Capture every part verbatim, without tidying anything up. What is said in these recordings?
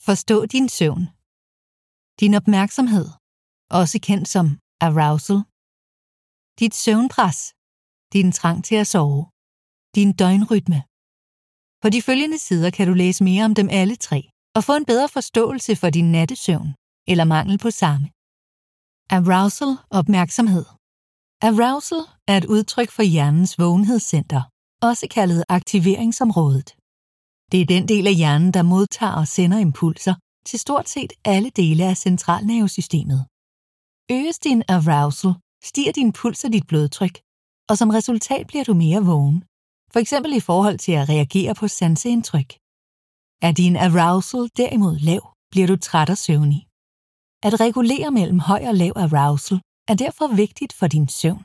Forstå din søvn. Din opmærksomhed, også kendt som arousal. Dit søvnpres. Din trang til at sove. Din døgnrytme. På de følgende sider kan du læse mere om dem alle tre og få en bedre forståelse for din nattesøvn eller mangel på samme. Arousal, opmærksomhed. Arousal er et udtryk for hjernens vågenhedscenter, også kaldet aktiveringsområdet. Det er den del af hjernen, der modtager og sender impulser til stort set alle dele af centralnervesystemet. Øges din arousal, stiger din puls og dit blodtryk, og som resultat bliver du mere vågen, for eksempel i forhold til at reagere på sanseindtryk. Er din arousal derimod lav, bliver du træt og søvnig. At regulere mellem høj og lav arousal er derfor vigtigt for din søvn.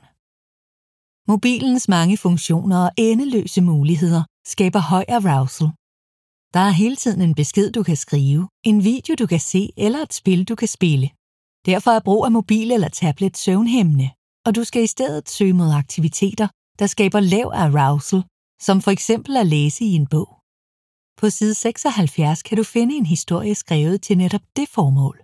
Mobilens mange funktioner og endeløse muligheder skaber høj arousal. Der er hele tiden en besked, du kan skrive, en video, du kan se eller et spil, du kan spille. Derfor er brug af mobil eller tablet søvnhæmmende, og du skal i stedet søge mod aktiviteter, der skaber lav arousal, som for eksempel at læse i en bog. På side seksoghalvfjerds kan du finde en historie skrevet til netop det formål.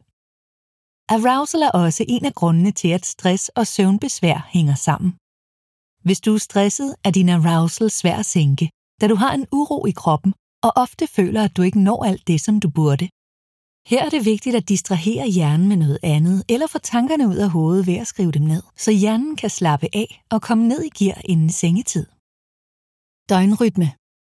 Arousal er også en af grundene til, at stress og søvnbesvær hænger sammen. Hvis du er stresset, er din arousal svær at sænke, da du har en uro i kroppen og ofte føler, at du ikke når alt det, som du burde. Her er det vigtigt at distrahere hjernen med noget andet, eller få tankerne ud af hovedet ved at skrive dem ned, så hjernen kan slappe af og komme ned i gear inden sengetid. Døgnrytme.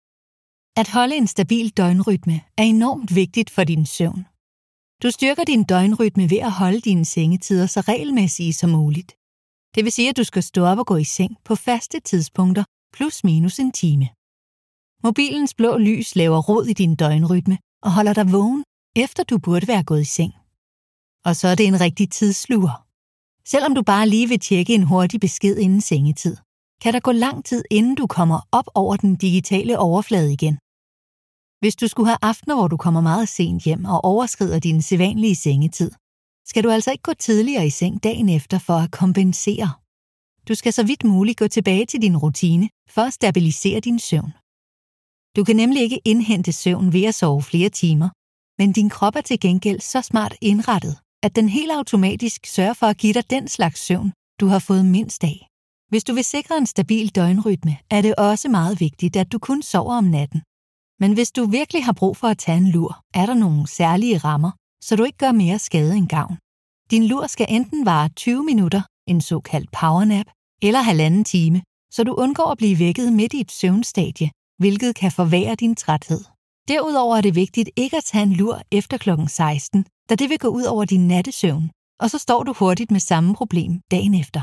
At holde en stabil døgnrytme er enormt vigtigt for din søvn. Du styrker din døgnrytme ved at holde dine sengetider så regelmæssige som muligt. Det vil sige, at du skal stå op og gå i seng på faste tidspunkter plus minus en time. Mobilens blå lys laver rod i din døgnrytme og holder dig vågen, efter du burde være gået i seng. Og så er det en rigtig tidssluger. Selvom du bare lige vil tjekke en hurtig besked inden sengetid, kan der gå lang tid, inden du kommer op over den digitale overflade igen. Hvis du skulle have aftener, hvor du kommer meget sent hjem og overskrider din sædvanlige sengetid, skal du altså ikke gå tidligere i seng dagen efter for at kompensere. Du skal så vidt muligt gå tilbage til din rutine for at stabilisere din søvn. Du kan nemlig ikke indhente søvn ved at sove flere timer, men din krop er til gengæld så smart indrettet, at den helt automatisk sørger for at give dig den slags søvn, du har fået mindst af. Hvis du vil sikre en stabil døgnrytme, er det også meget vigtigt, at du kun sover om natten. Men hvis du virkelig har brug for at tage en lur, er der nogle særlige rammer, så du ikke gør mere skade end gavn. Din lur skal enten vare tyve minutter, en såkaldt powernap, eller halvanden time, så du undgår at blive vækket midt i et søvnstadie, hvilket kan forværre din træthed. Derudover er det vigtigt ikke at tage en lur efter klokken seksten, da det vil gå ud over din nattesøvn, og så står du hurtigt med samme problem dagen efter.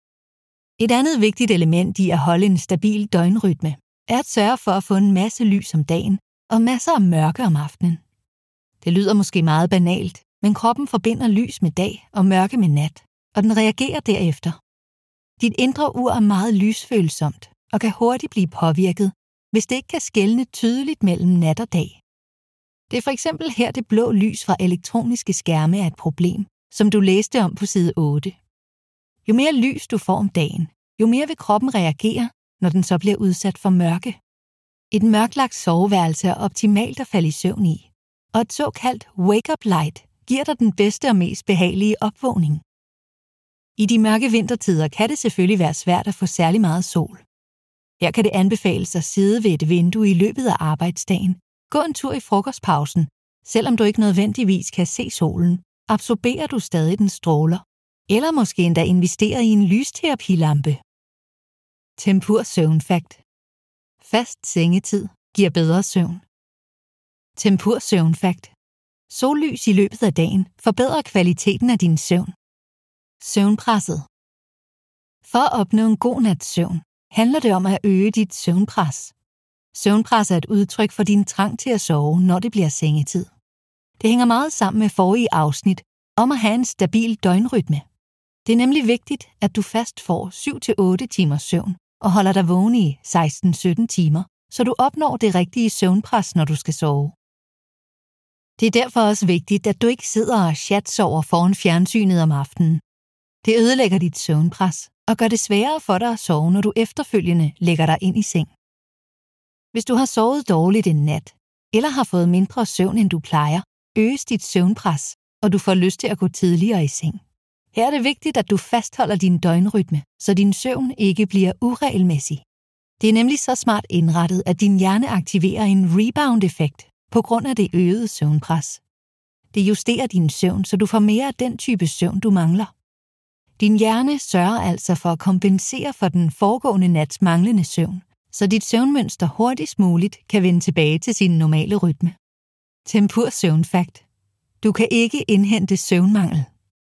Et andet vigtigt element i at holde en stabil døgnrytme er at sørge for at få en masse lys om dagen og masser af mørke om aftenen. Det lyder måske meget banalt, men kroppen forbinder lys med dag og mørke med nat, og den reagerer derefter. Dit indre ur er meget lysfølsomt og kan hurtigt blive påvirket, hvis det ikke kan skelne tydeligt mellem nat og dag. Det er for eksempel her det blå lys fra elektroniske skærme er et problem, som du læste om på side otte. Jo mere lys du får om dagen, jo mere vil kroppen reagere, når den så bliver udsat for mørke. Et mørklagt soveværelse er optimalt at falde i søvn i, og et såkaldt wake-up light giver dig den bedste og mest behagelige opvågning. I de mørke vintertider kan det selvfølgelig være svært at få særlig meget sol. Her kan det anbefales at sidde ved et vindue i løbet af arbejdsdagen, gå en tur i frokostpausen, selvom du ikke nødvendigvis kan se solen, absorberer du stadig den stråler, eller måske endda investere i en lysterapilampe. Tempur søvnfakt. Fast sengetid giver bedre søvn. Tempur søvnfakt. Sollys i løbet af dagen forbedrer kvaliteten af din søvn. Søvnpresset. For at opnå en god nats søvn, handler det om at øge dit søvnpres. Søvnpres er et udtryk for din trang til at sove, når det bliver sengetid. Det hænger meget sammen med forrige afsnit om at have en stabil døgnrytme. Det er nemlig vigtigt, at du fast får syv til otte timers søvn og holder dig vågen i seksten til sytten timer, så du opnår det rigtige søvnpres, når du skal sove. Det er derfor også vigtigt, at du ikke sidder og chatsover foran fjernsynet om aftenen. Det ødelægger dit søvnpres og gør det sværere for dig at sove, når du efterfølgende lægger dig ind i seng. Hvis du har sovet dårligt en nat, eller har fået mindre søvn, end du plejer, øges dit søvnpres, og du får lyst til at gå tidligere i seng. Her er det vigtigt, at du fastholder din døgnrytme, så din søvn ikke bliver uregelmæssig. Det er nemlig så smart indrettet, at din hjerne aktiverer en rebound-effekt på grund af det øgede søvnpres. Det justerer din søvn, så du får mere af den type søvn, du mangler. Din hjerne sørger altså for at kompensere for den foregående nats manglende søvn, så dit søvnmønster hurtigst muligt kan vende tilbage til sin normale rytme. Tempur søvnfakt. Du kan ikke indhente søvnmangel.